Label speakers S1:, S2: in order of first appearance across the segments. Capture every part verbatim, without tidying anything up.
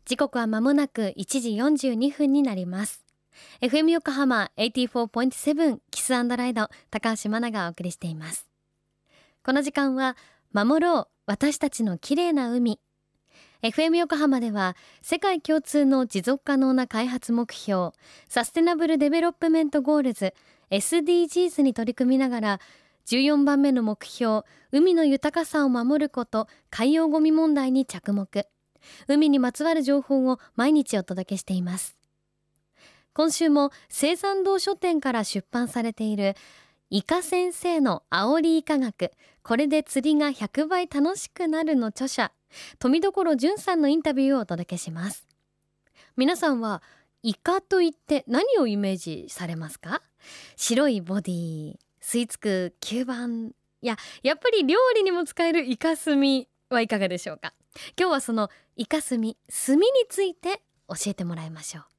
S1: 時刻は間もなくいちじよんじゅうにふんになります。 エフエム 横浜 はちじゅうよんてんなな キス&ライド、高橋真奈がお送りしています。この時間は守ろう私たちの綺麗な海。 エフエム 横浜では世界共通の持続可能な開発目標サステナブルデベロップメントゴールズ エスディージーズ に取り組みながら、じゅうよんばんめの目標海の豊かさを守ること海洋ゴミ問題に着目。海にまつわる情報を毎日お届けしています。今週も青山堂書店から出版されているイカ先生の煽り医科学、これで釣りがひゃくばい楽しくなるの著者富所淳さんのインタビューをお届けします。皆さんはイカといって何をイメージされますか？白いボディ、吸い付く吸盤、いややっぱり料理にも使えるイカスミはいかがでしょうか？今日はそのイカスミ、炭について教えてもらいましょう。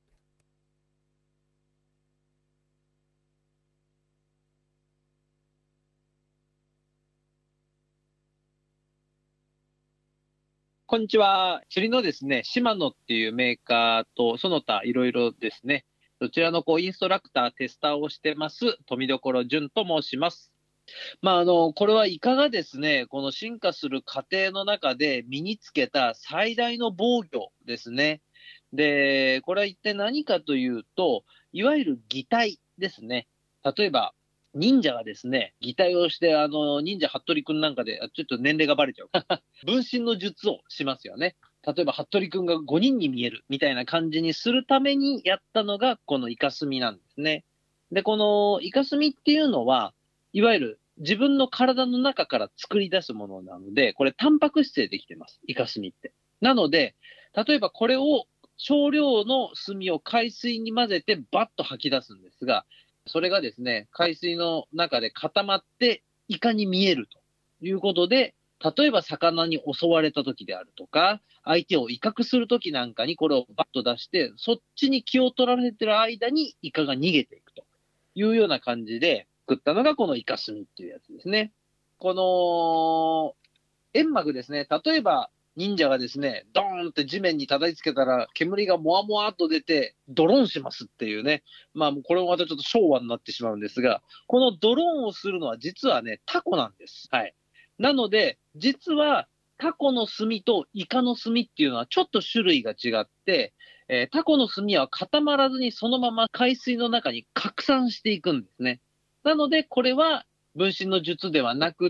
S2: こんにちは。釣りのですね、シマノっていうメーカーと、その他いろいろですね、そちらのこうインストラクター、テスターをしてます、富所淳と申します。まあ、あの、これはイカがですね、この進化する過程の中で身につけた最大の防御ですね。で、これは一体何かというと、いわゆる擬態ですね。例えば、忍者がですね、擬態をして、あの、忍者服部くんなんかで、あちょっと年齢がバレちゃう。分身の術をしますよね。例えば、服部くんがごにんに見えるみたいな感じにするためにやったのが、このイカスミなんですね。で、このイカスミっていうのは、いわゆる自分の体の中から作り出すものなので、これタンパク質でできてます、イカスミって。なので、例えばこれを少量の炭を海水に混ぜてバッと吐き出すんですが、それがですね、海水の中で固まってイカに見えるということで、例えば魚に襲われた時であるとか、相手を威嚇する時なんかにこれをバッと出して、そっちに気を取られてる間にイカが逃げていくというような感じで作ったのがこのイカスミっていうやつですね。この煙幕ですね、例えば忍者がですね、ドーンって地面に叩きつけたら、煙がもわもわっと出て、ドローンしますっていうね。まあ、これもまたちょっと昭和になってしまうんですが、このドローンをするのは実はね、タコなんです。はい。なので、実は、タコの炭とイカの炭っていうのはちょっと種類が違って、えー、タコの炭は固まらずにそのまま海水の中に拡散していくんですね。なので、これは分身の術ではなくって、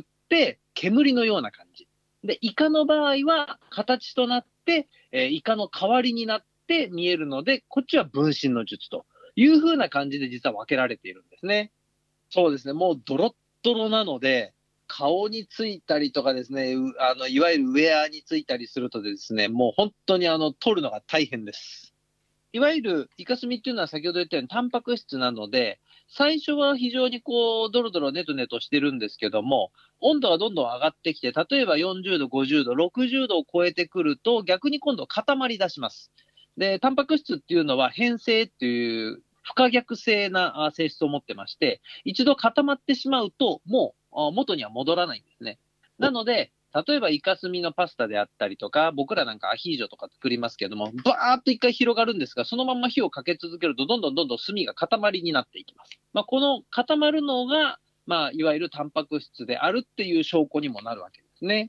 S2: 煙のような感じ。で、イカの場合は形となって、えー、イカの代わりになって見えるので、こっちは分身の術という風な感じで実は分けられているんですね。そうですね、もうドロッドロなので、顔についたりとかですね、あのいわゆるウェアについたりするとですね、もう本当にあの取るのが大変です。いわゆるイカスミっていうのは先ほど言ったようにタンパク質なので、最初は非常にこう、ドロドロネトネトしてるんですけども、温度がどんどん上がってきて、例えばよんじゅうど、ごじゅうど、ろくじゅうどを超えてくると、逆に今度固まり出します。で、タンパク質っていうのは変性っていう不可逆性な性質を持ってまして、一度固まってしまうと、もう元には戻らないんですね。なので、例えばイカスミのパスタであったりとか、僕らなんかアヒージョとか作りますけども、バーっと一回広がるんですが、そのまま火をかけ続けると、どんどんどんどん炭が塊になっていきます。まあ、この固まるのが、まあ、いわゆるタンパク質であるっていう証拠にもなるわけですね。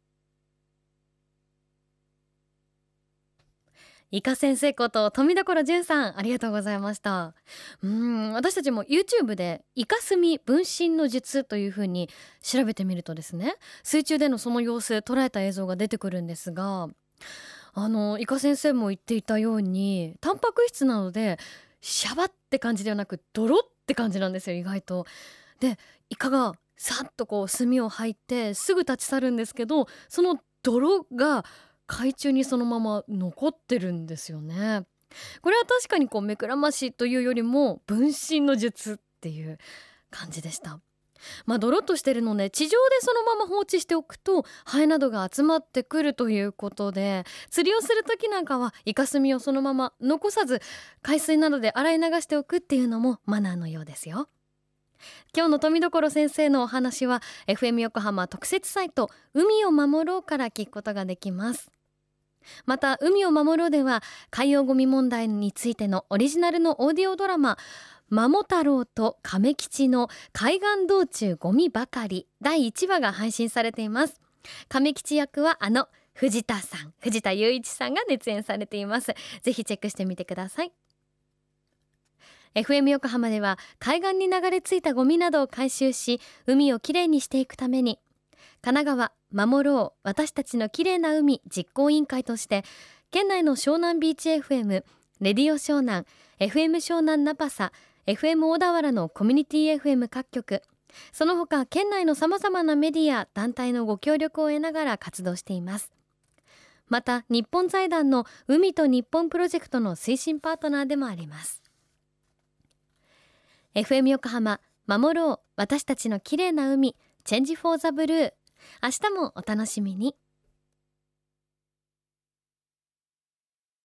S1: イカ先生こと富所淳さん、ありがとうございました。うーん私たちも YouTube でイカスミ分身の術というふうに調べてみるとですね、水中でのその様子捉えた映像が出てくるんですが、あのイカ先生も言っていたようにタンパク質なのでシャバって感じではなくドロって感じなんですよ、意外と。でイカがさっとこう炭を吐いてすぐ立ち去るんですけど、その泥が海中にそのまま残ってるんですよね。これは確かにこう目くらましというよりも分身の術っていう感じでした。まあドロッとしてるので地上でそのまま放置しておくとハエなどが集まってくるということで、釣りをする時なんかはイカスミをそのまま残さず海水などで洗い流しておくっていうのもマナーのようですよ。今日の富所先生のお話は エフエム 横浜特設サイト海を守ろうから聞くことができます。 また海を守ろうでは海洋ゴミ問題についてのオリジナルのオーディオドラママモ太郎と亀吉の海岸道中ゴミばかりだいいちわが配信されています。亀吉役はあの藤田さん藤田雄一さんが熱演されています。ぜひチェックしてみてください。 エフエム 横浜では海岸に流れ着いたゴミなどを回収し海をきれいにしていくために神奈川守ろう私たちのきれいな海実行委員会として県内の湘南ビーチ エフエム、レディオ湘南、 エフエム 湘南ナパサ、 エフエム 小田原のコミュニティ エフエム 各局、その他県内のさまざまなメディア団体のご協力を得ながら活動しています。また日本財団の海と日本プロジェクトの推進パートナーでもあります。 エフエム 横浜守ろう私たちのきれいな海チェンジフォーザブルー、明日もお楽しみに。